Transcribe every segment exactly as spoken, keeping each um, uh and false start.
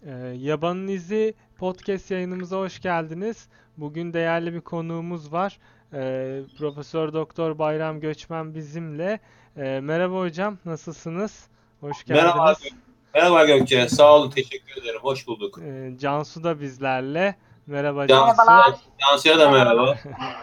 Ee, Yabanın İzi podcast yayınımıza hoş geldiniz. Bugün değerli bir konuğumuz var. Ee, Profesör Doktor Bayram Göçmen bizimle. Ee, merhaba hocam, nasılsınız? Hoş Merhaba, geldiniz. merhaba Gökçe. Sağ olun, teşekkür ederim. Hoş bulduk. Ee, Cansu da bizlerle. Merhaba Can, Cansu. Merhabalar. Cansu'ya da Merhabalar. merhaba.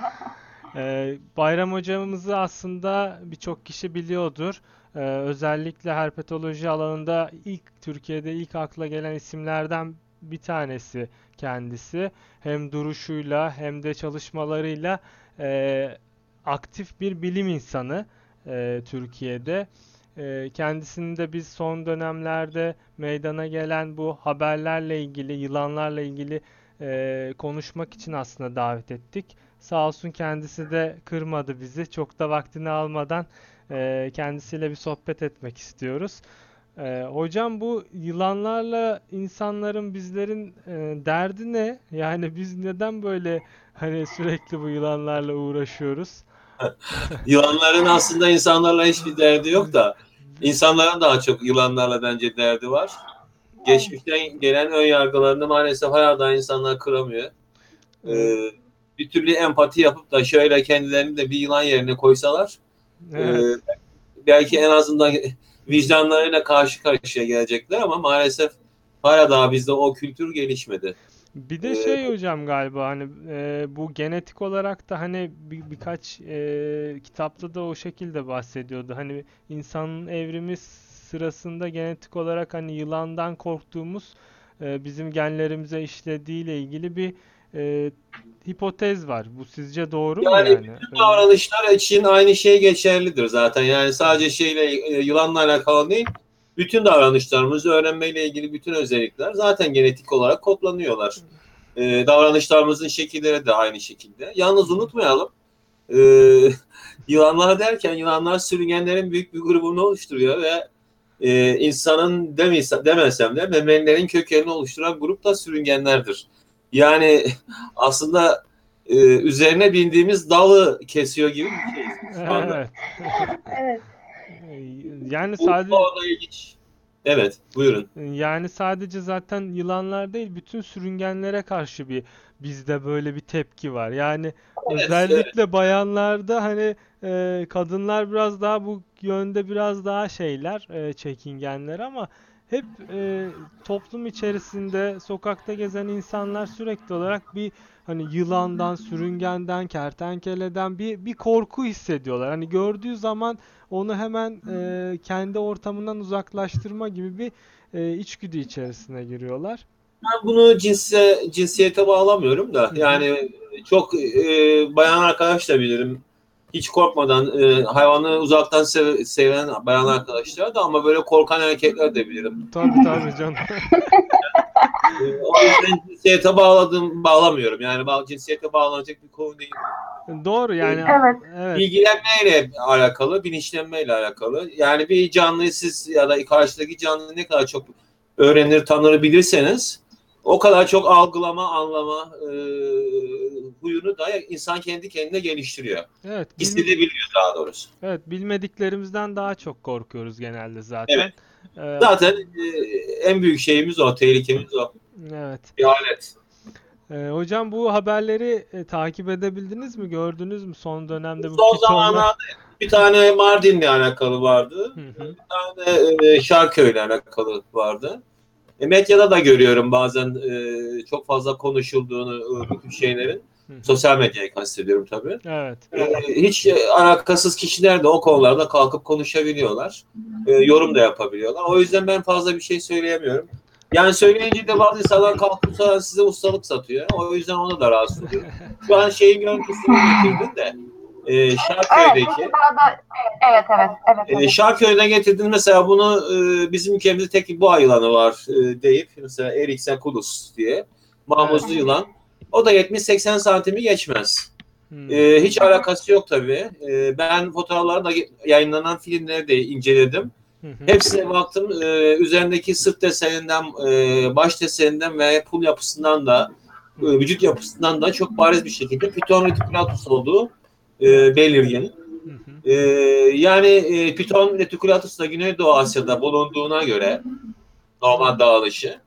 Ee, Bayram hocamızı aslında birçok kişi biliyordur. Ee, özellikle herpetoloji alanında ilk Türkiye'de ilk akla gelen isimlerden bir tanesi kendisi. Hem duruşuyla hem de çalışmalarıyla e, aktif bir bilim insanı e, Türkiye'de. E, kendisini de biz son dönemlerde meydana gelen bu haberlerle ilgili, yılanlarla ilgili e, konuşmak için aslında davet ettik. Sağ olsun kendisi de kırmadı bizi. Çok da vaktini almadan e, kendisiyle bir sohbet etmek istiyoruz. E, hocam bu yılanlarla insanların, bizlerin e, derdi ne? Yani biz neden böyle hani sürekli bu yılanlarla uğraşıyoruz? Yılanların aslında insanlarla hiçbir derdi yok da insanların daha çok yılanlarla bence derdi var. Evet. Geçmişten gelen ön yargılarını maalesef hala daha insanlar kıramıyor. E, Ee, Bir türlü empati yapıp da şöyle kendilerini de bir yılan yerine koysalar e, evet. belki en azından vicdanlarıyla karşı karşıya gelecekler ama maalesef hala daha bizde o kültür gelişmedi. Bir de Ee, şey hocam galiba hani e, bu genetik olarak da hani bir, birkaç e, kitapta da o şekilde bahsediyordu. Hani insanın evrimi sırasında genetik olarak hani yılandan korktuğumuz e, bizim genlerimize işlediğiyle ilgili bir e, hipotez var. Bu sizce doğru mu Yani yani? bütün Öyle. davranışlar için aynı şey geçerlidir zaten. Yani sadece şeyle e, yılanla alakalı değil. Bütün davranışlarımız öğrenmeyle ilgili bütün özellikler zaten genetik olarak kodlanıyorlar. Ee, davranışlarımızın şekilleri de aynı şekilde. Yalnız unutmayalım. e, Yılanlar derken yılanlar sürüngenlerin büyük bir grubunu oluşturuyor ve e, insanın demesem, demesem de memelilerin kökenini oluşturan grup da sürüngenlerdir. Yani aslında e, üzerine bindiğimiz dalı kesiyor gibi bir şeyiz şu anda. Evet. Evet. Yani Bu sadece konuda ilginç. Evet, buyurun. Yani sadece zaten yılanlar değil, bütün sürüngenlere karşı bir bizde böyle bir tepki var. Yani Evet, evet. özellikle bayanlarda hani e, kadınlar biraz daha bu yönde biraz daha şeyler, e, çekingenler ama hep e, toplum içerisinde sokakta gezen insanlar sürekli olarak bir hani yılandan, sürüngenden, kertenkeleden bir bir korku hissediyorlar. Hani gördüğü zaman onu hemen e, kendi ortamından uzaklaştırma gibi bir e, içgüdü içerisine giriyorlar. Ben bunu cinse, cinsiyete bağlamıyorum da Hı hı. yani çok e, bayan arkadaş da bilirim. Hiç korkmadan e, hayvanı uzaktan sev, seven bayan arkadaşlar da ama böyle korkan erkekler de bilirim. Tabii tabii canım. E, o yüzden cinsiyete bağladım, bağlamıyorum. Yani bağ, cinsiyete bağlanacak bir konu değil. Doğru E, yani Evet. evet. bilgilenmeyle alakalı, bilinçlenmeyle alakalı. Yani bir canlıyı siz ya da karşıdaki canlıyı ne kadar çok öğrenir, tanır bilirseniz o kadar çok algılama, anlama e, huyunu da insan kendi kendine geliştiriyor. Evet bil, Hissedebiliyor daha doğrusu. evet bilmediklerimizden daha çok korkuyoruz genelde Evet. zaten. Ee, Zaten e, en büyük şeyimiz o, tehlikemiz o. evet. Bir alet. Ee, hocam bu haberleri e, takip edebildiniz mi? Gördünüz mü son dönemde bu Son pitonlar? zamanlarda bir tane Mardin'le alakalı vardı. Hı hı. Bir tane e, Şarköy'le alakalı vardı. E, medyada da görüyorum bazen e, çok fazla konuşulduğunu e, bu tür şeylerin. Hı hı. Sosyal medyayı kastediyorum tabii. Evet. E, hiç e, alakasız kişiler de o konularda kalkıp konuşabiliyorlar. E, yorum da yapabiliyorlar. O yüzden ben fazla bir şey söyleyemiyorum. Yani söyleyince de bazı insanlar kalkıp sonra size ustalık satıyor. O yüzden ona da rahatsız oluyorum. Şu an şeyin görüntüsünü getirdin de e, Evet, Şarköy'deki Tekirdağ'da evet, evet, evet e, hocam. Şarköy'den getirdin mesela bunu e, bizim ülkemizde tek bir boğa yılanı var e, deyip mesela Eryxaculus diye Evet. Hı mamuzlu hı. yılan. O da yetmiş seksen santimi geçmez. Hmm. E, hiç Hı hı. alakası yok tabii. E, ben fotoğrafları da yayınlanan filmleri de inceledim. Hı hı. Hepsine baktım. E, üzerindeki sırt deseninden, e, baş deseninden ve pul yapısından da Hı e, hı. vücut yapısından da çok bariz bir şekilde Piton reticulatus olduğu Evet. e, belirgin. Hı hı. Ee, Yani e, Piton reticulatus da Güneydoğu Asya'da bulunduğuna göre Evet. normal dağılışı.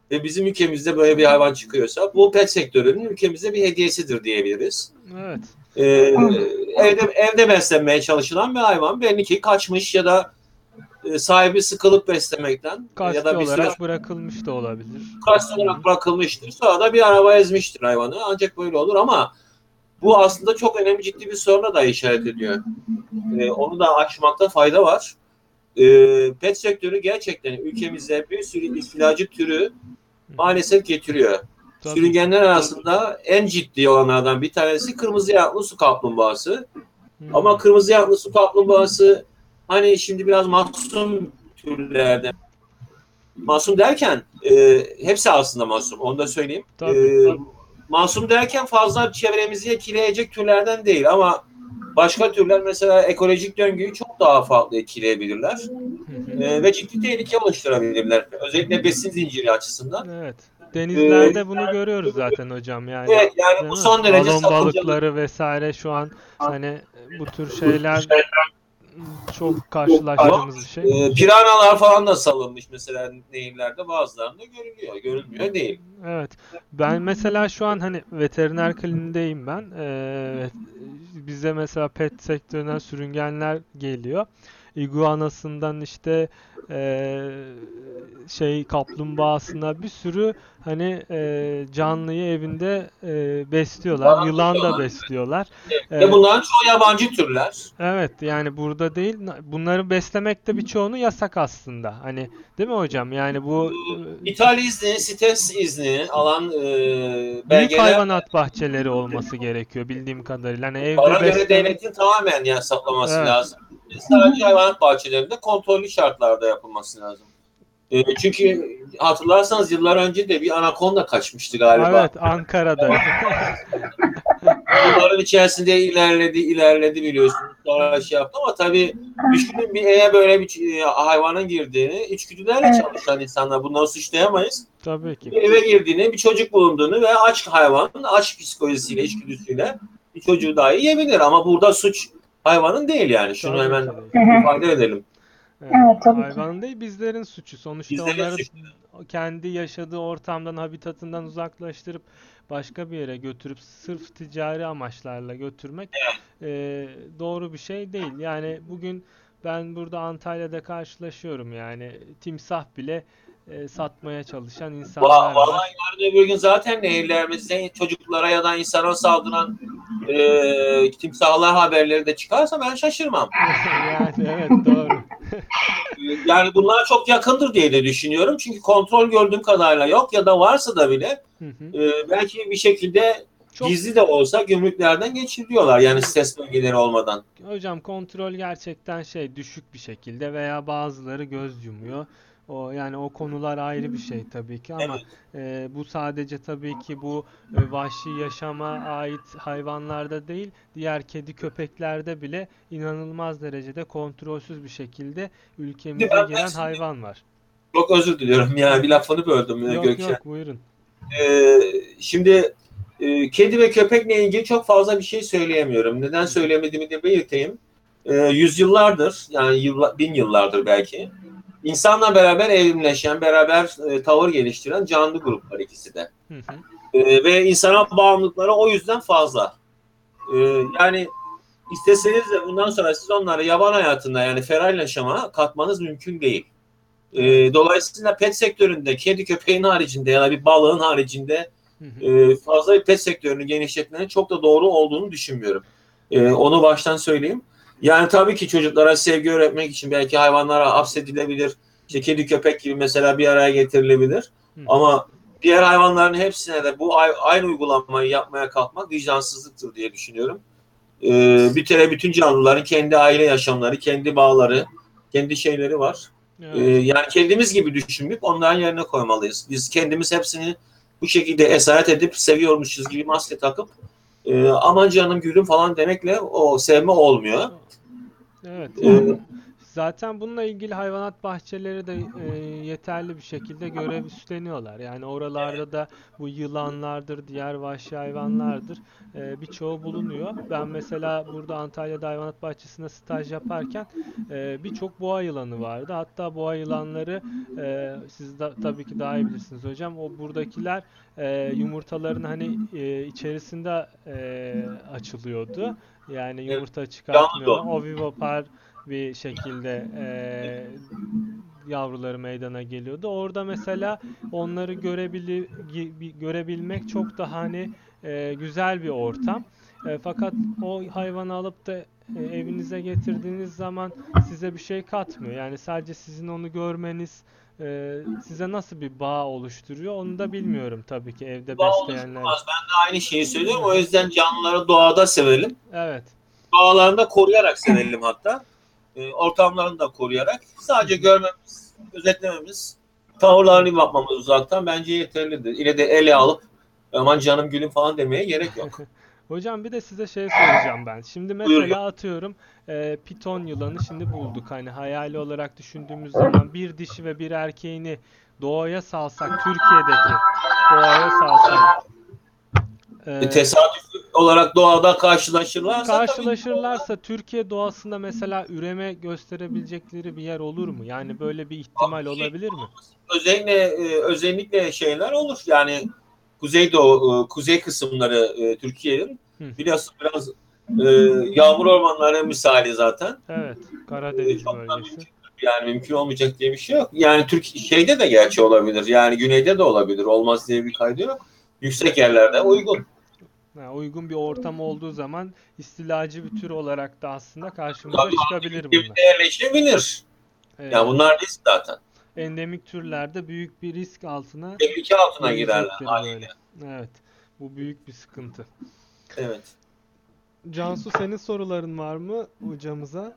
ve bizim ülkemizde böyle bir hayvan çıkıyorsa bu pet sektörünün ülkemize bir hediyesidir diyebiliriz. Evet. Ee, evde evde beslenmeye çalışılan bir hayvan belli ki kaçmış ya da e, sahibi sıkılıp beslemekten Kaçtı ya da bir süre olarak bırakılmış da olabilir. kaçtı olarak bırakılmıştır. Sonra da bir araba ezmiştir hayvanı. Ancak böyle olur ama bu aslında çok önemli, ciddi bir soruna da işaret ediyor. Ee, onu da aşmakta fayda var. Ee, pet sektörü gerçekten ülkemize bir sürü istilacı türü maalesef getiriyor. Tabii. Sürüngenler arasında en ciddi olanlardan bir tanesi kırmızı ayaklı su kaplumbağası. Hmm. Ama kırmızı ayaklı su kaplumbağası hani şimdi biraz masum türlerden. Masum derken e, hepsi aslında masum. Onu da söyleyeyim. Tabii. E, masum derken fazla çevremizi etkileyecek türlerden değil ama başka türler mesela ekolojik döngüyü çok daha farklı etkileyebilirler. E, ve ciddi tehlike oluşturabilirler. Özellikle besin zinciri açısından. Evet. Denizlerde Ee, bunu görüyoruz zaten hocam yani. Evet, yani Değil bu mi? son derece Balon sakıncalı. balıkları vesaire şu an hani bu tür şeyler çok karşılaştığımız bir şey. E, piranalar falan da salınmış mesela nehirlerde, bazılarında görülüyor. Görülmüyor değil. Evet. Ben mesela şu an hani veteriner kliniğindeyim ben. Ee, bize mesela pet sektöründen sürüngenler geliyor. İguanasından işte eee, şey kaplumbağasına bir sürü hani eee, canlıyı evinde eee, besliyorlar. Yılan da besliyorlar. Ve Eee, bunların çoğu yabancı türler. evet yani burada değil. Bunları beslemek de birçoğunu yasak aslında. Hani değil mi hocam? Yani bu eee, İthal izni, sites izni alan e, büyük belgeler hayvanat bahçeleri olması gerekiyor bildiğim kadarıyla. Hani evde bana göre besleme. devletin tamamen yasaklaması Evet. lazım. Sadece hayvanat bahçelerinde kontrollü şartlarda yapılması lazım. E, çünkü hatırlarsanız yıllar önce de bir anakonda kaçmıştı galiba. Evet, Ankara'da. Yılların içerisinde ilerledi, ilerledi biliyorsunuz. Sonra şey yaptı ama tabii düşünün bir eve böyle bir e, hayvanın girdiğini, içgüdülerle Evet. çalışan insanlar, bunları suçlayamayız. Tabii ki. Bir eve girdiğini, bir çocuk bulunduğunu ve aç hayvan, aç psikolojisiyle, içgüdüsüyle bir çocuğu dahi yiyebilir. Ama burada suç hayvanın değil yani. Şunu Tabii hemen ki değil. Hı hı. ifade edelim. Evet, Evet, tabii ki. hayvanın değil bizlerin suçu. Sonuçta Bizlerin onları suçu. kendi yaşadığı ortamdan, habitatından uzaklaştırıp başka bir yere götürüp sırf ticari amaçlarla götürmek eee, doğru bir şey değil. Yani bugün ben burada Antalya'da karşılaşıyorum yani timsah bile eee, satmaya çalışan Va- insanlar Vallahi var. yarın öbür gün zaten nehirlerimizde çocuklara ya da insana saldıran e, timsahlar haberleri de çıkarsa ben şaşırmam. Yani evet doğru. Yani bunlar çok yakındır diye de düşünüyorum. Çünkü kontrol gördüğüm kadarıyla yok ya da varsa da bile Hı hı. e, belki bir şekilde Çok gizli de olsa gümrüklerden geçiriyorlar. Yani stres bölgeleri olmadan. hocam kontrol gerçekten şey düşük bir şekilde veya bazıları göz yumuyor. O yani o konular ayrı bir şey tabii ki ama e, bu sadece tabii ki bu e, vahşi yaşama ait hayvanlarda değil, diğer kedi köpeklerde bile inanılmaz derecede kontrolsüz bir şekilde ülkemize Ben- giren ben- hayvan var. Çok özür diliyorum ya, bir lafını böldüm Yok Gökçen. yok buyurun. Ee, şimdi e, kedi ve köpekle ilgili çok fazla bir şey söyleyemiyorum. Neden söylemediğimi de belirteyim. Ee, yüzyıllardır, yani yılla, bin yıllardır belki, insanla beraber evrimleşen, beraber e, tavır geliştiren canlı gruplar ikisi de. Hı hı. Ee, ve insana bağımlılıkları o yüzden fazla. Ee, yani isteseniz de bundan sonra siz onları yaban hayatında, yani feral yaşama katmanız mümkün değil. Ee, dolayısıyla pet sektöründe kedi köpeğin haricinde ya da bir balığın haricinde Hı hı. e, fazla bir pet sektörünü genişletmenin çok da doğru olduğunu düşünmüyorum. E, onu baştan söyleyeyim. Yani tabii ki çocuklara sevgi öğretmek için belki hayvanlara hapsedilebilir. İşte kedi köpek gibi mesela bir araya getirilebilir. Hı hı. Ama diğer hayvanların hepsine de bu aynı uygulamayı yapmaya kalkmak vicdansızlıktır diye düşünüyorum. E, bir kere bütün canlıların kendi aile yaşamları, kendi bağları, kendi şeyleri var. Evet. Ee, yani kendimiz gibi düşünüp onların yerine koymalıyız. Biz kendimiz hepsini bu şekilde esaret edip seviyormuşuz gibi maske takıp e, aman canım gülüm falan demekle o sevme olmuyor. Evet Ee, yani Zaten bununla ilgili hayvanat bahçeleri de e, yeterli bir şekilde görev üstleniyorlar. Yani oralarda da bu yılanlardır, diğer vahşi hayvanlardır, e, birçoğu bulunuyor. Ben mesela burada Antalya'da hayvanat bahçesinde staj yaparken e, birçok boğa yılanı vardı. Hatta boğa yılanları, e, siz de tabii ki daha iyi bilirsiniz hocam. O buradakiler e, yumurtalarını hani e, içerisinde e, açılıyordu. Yani Evet. yumurta Canlı çıkartmıyorlar. doğum. Ovivipar bir şekilde eee, yavruları meydana geliyordu. Orada mesela onları görebili, gi- görebilmek çok daha hani eee, güzel bir ortam. Eee, fakat o hayvanı alıp da e, evinize getirdiğiniz zaman size bir şey katmıyor. Yani sadece sizin onu görmeniz eee, size nasıl bir bağ oluşturuyor onu da bilmiyorum tabii ki evde Bağ besleyenler oluşturmaz. için. Ben de aynı şeyi Hı söylüyorum. O hı. yüzden canlıları doğada sevelim. Evet. Doğalarını da koruyarak sevelim hatta. E, ortamlarını da koruyarak. Hı Sadece hı. görmemiz, gözetlememiz, tavırlarını bakmamız uzaktan bence yeterlidir. Yine de ele alıp aman canım gülüm falan demeye gerek yok. Hocam bir de size şey soracağım ben. Şimdi Buyur. mesela atıyorum e, piton yılanı şimdi bulduk. Hani hayali olarak düşündüğümüz zaman bir dişi ve bir erkeğini doğaya salsak, Türkiye'deki doğaya salsak E, e, tesadüf olarak doğada karşılaşırlarsa tabii karşılaşırlarsa Türkiye doğasında mesela üreme gösterebilecekleri bir yer olur mu? Yani böyle bir ihtimal olabilir mi? özellikle e, özellikle şeyler olur. Yani kuzeydoğu, e, kuzey kısımları e, Türkiye'nin Hı. biliyorsun biraz e, yağmur ormanları misali zaten. Evet, E, Karadeniz çok da bölgesi. mümkün. Yani mümkün olmayacak diye bir şey yok. Yani Türk şeyde de gerçi olabilir. Yani güneyde de olabilir. Olmaz diye bir kaydı yok. Yüksek yerlerde uygun. Ha, uygun bir ortam olduğu zaman istilacı bir tür olarak da aslında karşımıza Tabii çıkabilir bunlar. evde yerleşebilir. Yani Ee, bunlar risk zaten. endemik türlerde büyük bir risk altına Tehlike altına girerler girecektir haliyle. böyle. Evet, bu büyük bir sıkıntı. Evet. Cansu senin soruların var mı hocamıza?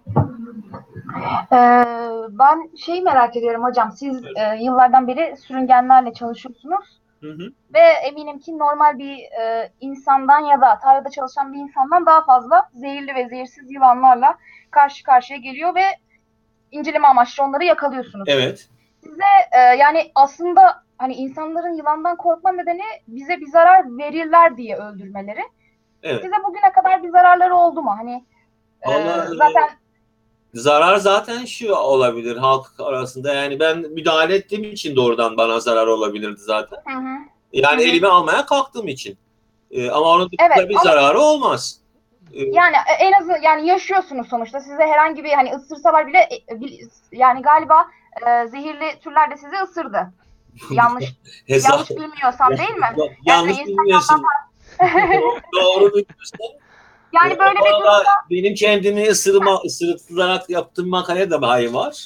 Ee, ben şeyi merak ediyorum hocam. Siz Evet. e, yıllardan beri sürüngenlerle çalışıyorsunuz Hı hı. ve eminim ki normal bir e, insandan ya da tarlada çalışan bir insandan daha fazla zehirli ve zehirsiz yılanlarla karşı karşıya geliyor ve inceleme amaçlı onları yakalıyorsunuz. Evet. Size e, yani aslında hani insanların yılandan korkma nedeni bize bir zarar verirler diye öldürmeleri. Evet. Size bugüne kadar bir zararları oldu mu? Hani e, Vallahi zaten zarar zaten şu olabilir halk arasında. Yani ben müdahale ettiğim için doğrudan bana zarar olabilirdi zaten. hı hı, hı Yani hı. elime almaya kalktığım için. Ee, ama onun Evet dışında bir ama zararı olmaz. Ee, yani e, en azı yani yaşıyorsunuz sonuçta. Size herhangi bir hani ısırsalar bile e, bil- yani galiba e, zehirli türler de sizi ısırdı. Yanlış hesap yanlış bilmiyorsam değil mi? Yani yanlış Instagram'dan bilmiyorsun. Doğru biliyorsun. Ee, yani o böyle bir konuda durumda benim kendimi ısırma, ısırıklarak yaptığım makale de bir var.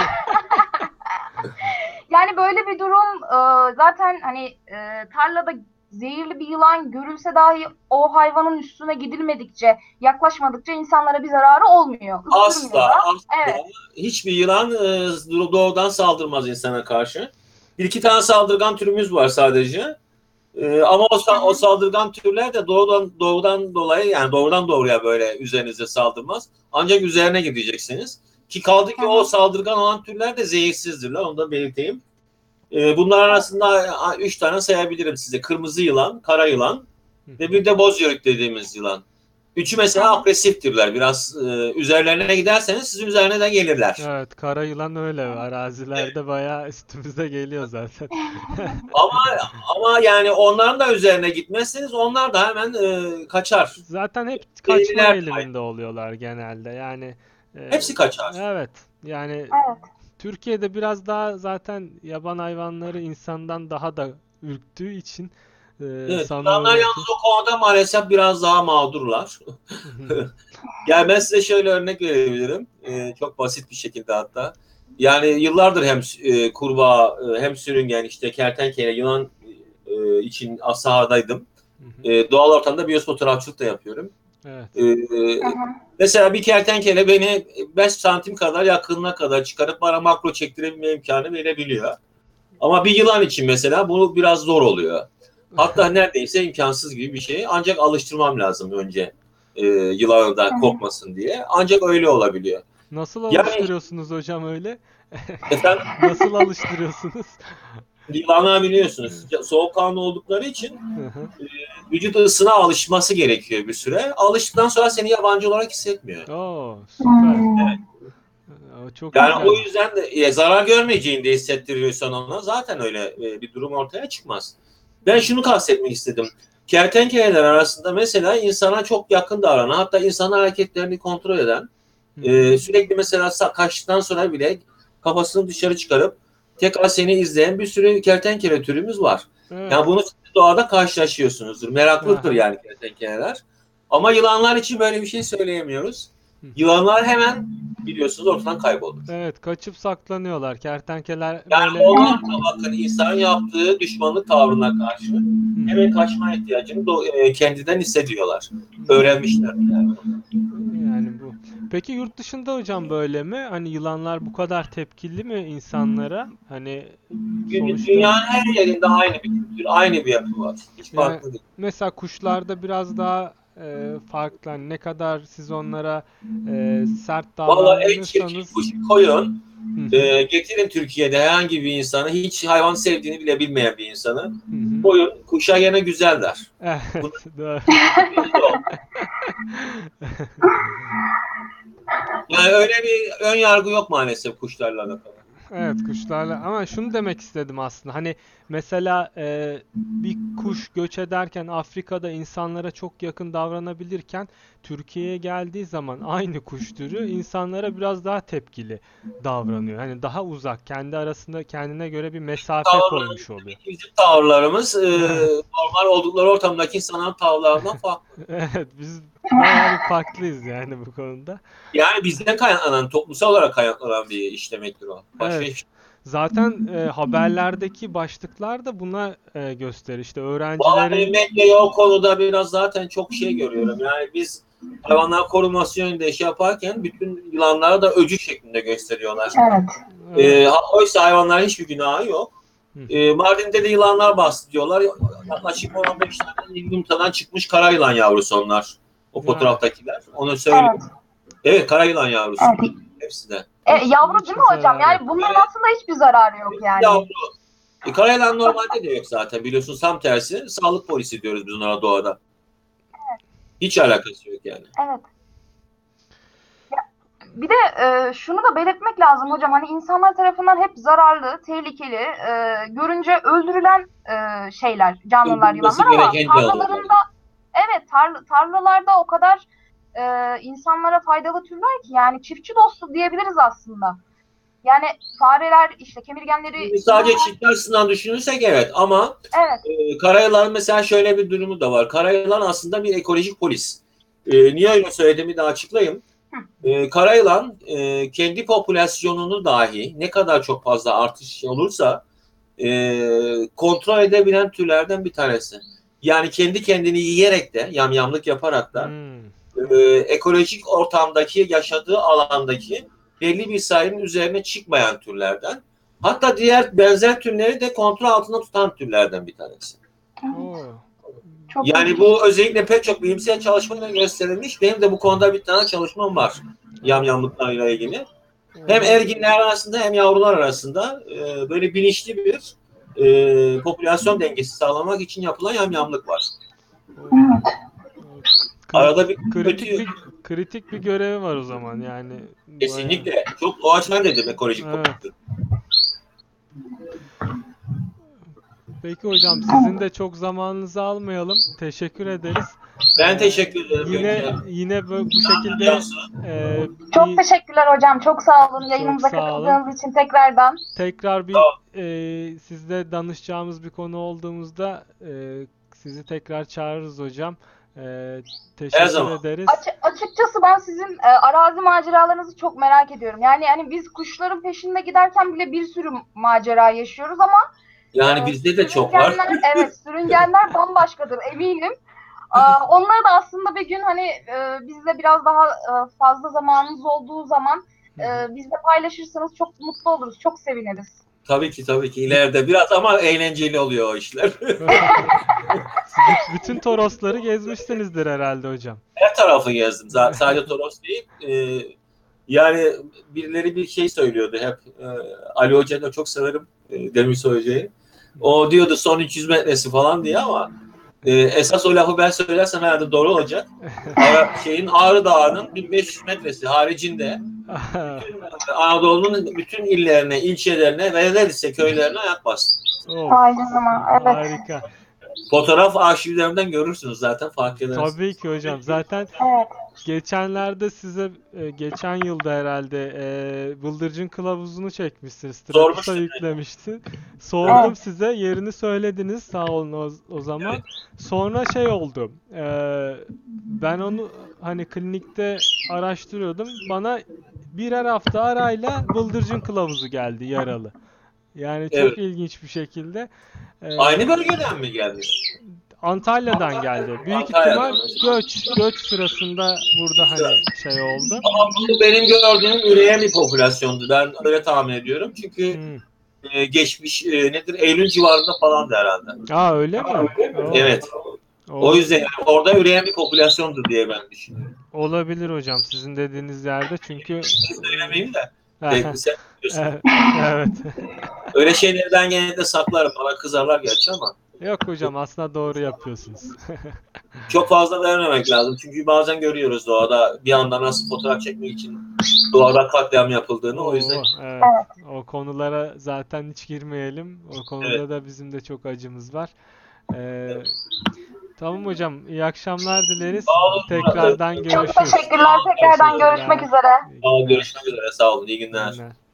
yani böyle bir durum e, zaten hani e, tarlada zehirli bir yılan görülse dahi o hayvanın üstüne gidilmedikçe, yaklaşmadıkça insanlara bir zararı olmuyor. Isırmıyor Asla, da. asla Evet. hiçbir yılan e, doğudan saldırmaz insana karşı. Bir iki tane saldırgan türümüz var sadece. Ee, ama o, Hı sa- o hı. saldırgan türler de doğrudan doğrudan dolayı yani doğrudan doğruya böyle üzerinize saldırmaz. Ancak üzerine gideceksiniz. Ki kaldı Hı ki o hı. saldırgan olan türler de zehirsizdirler. Onu da belirteyim. Ee, bunlar Evet. arasında a, üç tane sayabilirim size. Kırmızı yılan, kara yılan Hı ve hı. bir de boz yörük dediğimiz yılan. Üçü Hı mesela hı. agresiftirler. Biraz e, üzerlerine giderseniz sizin üzerine de gelirler. Evet, kara yılan öyle. Arazilerde bayağı üstümüze geliyor zaten. Ama ama yani onların da üzerine gitmezseniz onlar da hemen e, kaçar. Zaten hep kaçma Zehirler. eğiliminde oluyorlar genelde. Yani e, Hepsi kaçar. evet. Yani Evet. Türkiye'de biraz daha zaten yaban hayvanları insandan daha da ürktüğü için e, Evet, Yunanlar sanıyorum ki. yalnız o konuda maalesef biraz daha mağdurlar. Yani ben size şöyle örnek verebilirim. Ee, çok basit bir şekilde hatta. Yani yıllardır hem e, kurbağa e, hem sürüngen işte kertenkele yılan e, için sahadaydım. E, doğal ortamda biyos fotoğrafçılık da yapıyorum. Evet. E, Hı hı. mesela bir kertenkele beni beş santim kadar yakınına kadar çıkarıp bana makro çektirebilme imkanı verebiliyor. Ama bir yılan için mesela bu biraz zor oluyor. Hatta neredeyse imkansız gibi bir şey. Ancak alıştırmam lazım önce e, yılanı da Hı hı. korkmasın diye. Ancak öyle olabiliyor. Nasıl Yani alıştırıyorsunuz hocam öyle? efendim, Nasıl alıştırıyorsunuz? yılanlar biliyorsunuz soğukkanlı oldukları için Hı hı. e, vücut ısına alışması gerekiyor bir süre. Alıştıktan sonra seni yabancı olarak hissetmiyor. Oo, süper. Hmm. O çok Yani o güzelmiş. yüzden de e, zarar görmeyeceğini de hissettiriyorsan ona zaten öyle e, bir durum ortaya çıkmaz. Ben şunu kastetmek istedim. Kertenkeleler arasında mesela insana çok yakın davranan, hatta insanın hareketlerini kontrol eden, Hı hı. e, sürekli mesela sa- kaçtıktan sonra bile kafasını dışarı çıkarıp tekrar seni izleyen bir sürü kertenkele türümüz var. Evet. Yani bunu siz doğada karşılaşıyorsunuzdur. Meraklıdır Aha. yani kertenkeleler. Ama yılanlar için böyle bir şey söyleyemiyoruz. Hı. Yılanlar hemen biliyorsunuz ortadan kaybolur. Evet, kaçıp saklanıyorlar. Kertenkeleler Yani böyle. onlar da bakın insan yaptığı düşmanlık tavrına karşı Hı hemen hı. kaçma ihtiyacını do- e, kendinden hissediyorlar. Hı. Öğrenmişler yani. Yani bu. Peki yurt dışında hocam böyle mi? Hani yılanlar bu kadar tepkili mi insanlara? Hani Dü- sonuçta Dünyanın her yerinde aynı bir kültür, aynı bir yapı var. Hiç yani farklı değil. mesela kuşlarda biraz daha e, farklı. Hani ne kadar siz onlara e, sert Vallahi en çirkin davranırsanız. kuş koyun. Hı hı. E, getirin Türkiye'de herhangi bir insanı, hiç hayvan sevdiğini bile bilmeyen bir insanı. Hı hı. Koyun, kuşa gene güzel der. Bunun Evet, doğru. belli oldu. Yani öyle bir ön yargı yok maalesef kuşlarla alakalı. Evet, kuşlarla ama şunu demek istedim aslında. Hani mesela e, bir kuş göç ederken Afrika'da insanlara çok yakın davranabilirken Türkiye'ye geldiği zaman aynı kuş türü insanlara biraz daha tepkili davranıyor. Hani daha uzak, kendi arasında kendine göre bir mesafe Tavırlarımız, koymuş oluyor. bizim tavırlarımız e, Evet, normal oldukları ortamdaki insanların tavırlarından farklı. evet, biz bayağı bir farklıyız yani bu konuda. Yani bizden kaynaklanan, toplumsal olarak kaynaklanan bir iş demektir o. Başka Evet. hiçbir şey. Zaten e, haberlerdeki başlıklar da buna e, gösterir. İşte Vallahi benim öğrencilerin. medyayı o konuda biraz zaten çok şey görüyorum. Yani biz hayvanlar korunması yönünde iş yaparken bütün yılanları da öcü şeklinde gösteriyorlar. Evet. Evet. E, oysa hayvanların hiçbir günahı yok. Hı hı. E, Mardin'de de yılanlar bastı diyorlar. Yaklaşık on on beş tane yumurtadan çıkmış kara yılan yavrusu onlar. O Ya, fotoğraftakiler. Onu Evet. söyleyeyim. Evet, kara yılan yavrusu. Evet. Hepsi de. E, hiç yavru değil hiçbir mi hocam? zararı yok. Yani bunların Evet, aslında hiçbir zararı yok hepsi yani. yavru. E, kara yılan normalde de yok zaten. Biliyorsun tam tersi. Sağlık polisi diyoruz biz onlara doğada. Hiç alakası yok yani. Evet. Bir de e, şunu da belirtmek lazım hocam. Hani insanlar tarafından hep zararlı, tehlikeli, e, görünce öldürülen e, şeyler, canlılar, Öldürülmesi yılanlar ama gereken canlılar. tarlalarında evet tar tarlalarda o kadar e, insanlara faydalı türler ki yani çiftçi dostu diyebiliriz aslında. Yani fareler işte kemirgenleri Şimdi sadece yiyorlar. çiftler açısından düşünürsek evet ama Evet. e, karayılan mesela şöyle bir durumu da var. Karayılan aslında bir ekolojik polis. E, niye öyle söylediğimi de açıklayayım. E, karayılan e, kendi popülasyonunu dahi ne kadar çok fazla artış olursa e, kontrol edebilen türlerden bir tanesi. Yani kendi kendini yiyerek de yamyamlık yaparak da Hmm. e, ekolojik ortamdaki yaşadığı alandaki belli bir sayının üzerine çıkmayan türlerden. Hatta diğer benzer türleri de kontrol altında tutan türlerden bir tanesi. Oo. Çok Yani ilginç. bu özellikle pek çok bilimsel çalışmayla gösterilmiş. Benim de bu konuda bir tane çalışmam var. Evet. Yamyamlıklarla ilgili. Hem Onu erginler arasında hem yavrular arasında e, böyle bilinçli bir e, popülasyon dengesi sağlamak için yapılan yamyamlık var. o, Evet. o Arada bir kritik kritik ötüyor. bir kritik bir görevi var o zaman yani bayağı. Kesinlikle. Çok o açıdan dedim ekolojik Evet. popülasyon. Peki hocam sizin de çok zamanınızı almayalım. Teşekkür ederiz. Ben Ee, teşekkür ederim yine Gökçe. yine bu, bu Canlı şekilde Cansu. e, Çok bir teşekkürler hocam. Çok sağ olun çok yayınımıza sağ olun. katıldığınız için tekrardan. Tekrar bir Tamam. e, sizle danışacağımız bir konu olduğumuzda e, sizi tekrar çağırırız hocam. E, Her teşekkür zaman. ederiz. Açı- açıkçası ben sizin e, arazi maceralarınızı çok merak ediyorum. Yani hani biz kuşların peşinde giderken bile bir sürü macera yaşıyoruz ama Yani e, bizde de çok var. sürüngenler evet sürüngenler bambaşkadır eminim. Aa, onları da aslında bir gün hani e, bizle biraz daha e, fazla zamanınız olduğu zaman Hı e, hı. bizle paylaşırsanız çok mutlu oluruz. Çok seviniriz. Tabii ki tabii ki Büt- ileride biraz ama eğlenceli oluyor o işler. Büt- Bütün Torosları gezmişsinizdir herhalde hocam. Her tarafı gezdim. Z- Sadece Toros değil. E, Yani birileri bir şey söylüyordu hep. E, Ali Hoca'yı da çok severim. E, Demirsoy Hoca'yı. O diyordu son üç yüz metresi falan diye ama e, esas o lafı ben söylersem herhalde doğru olacak. Ara, şeyin Ağrı Dağı'nın bin beş yüz metresi haricinde bütün Anadolu'nun bütün illerine, ilçelerine ve neredeyse köylerine ayak bastım. Oh, Aynen ama evet. harika. Fotoğraf arşivlerinden görürsünüz zaten, fark edersiniz. Tabii ki hocam. Zaten Evet. geçenlerde size e, geçen yılda herhalde e, Bıldırcın Kılavuzu'nu çekmişsiniz. Stratus'a Sormuştum. yüklemişti. Sordum Evet. size, yerini söylediniz, sağ olun o, o zaman. Evet. Sonra şey oldu. e, ben onu hani klinikte araştırıyordum. Bana birer hafta arayla Bıldırcın Kılavuzu geldi yaralı. Yani çok Evet. ilginç bir şekilde. E, Aynı bölgeden mi gelmiş? Antalya'dan geldi. Büyük Antalya'dan. ihtimal göç göç sırasında burada hani şey oldu. Ama bu benim gördüğüm üreyen bir popülasyondu. Ben öyle tahmin ediyorum. Çünkü Hmm. e, geçmiş e, nedir? Eylül civarında falan da herhalde. Aa öyle mi? Oo, Evet. o- O yüzden yani orada üreyen bir popülasyondu diye ben düşünüyorum. olabilir hocam sizin dediğiniz yerde çünkü Söylemeyeyim de. Peki, sen biliyorsun. evet. Evet. Öyle şeyleri ben genelde saklarım. Bana kızarlar gerçi ama. Yok hocam aslında doğru yapıyorsunuz. Çok fazla vermemek lazım. Çünkü bazen görüyoruz doğada bir anda nasıl fotoğraf çekmek için doğada katliam yapıldığını. O yüzden Oo, evet. O konulara zaten hiç girmeyelim. O konuda Evet. da bizim de çok acımız var. Ee, tamam hocam. İyi akşamlar dileriz. Sağ olun. Tekrardan Çok görüşürüz. teşekkürler. Tekrardan Teşekkürler. görüşmek üzere. İyi Sağ olun, günler. görüşmek üzere. Sağ olun. İyi İyi günler. günler.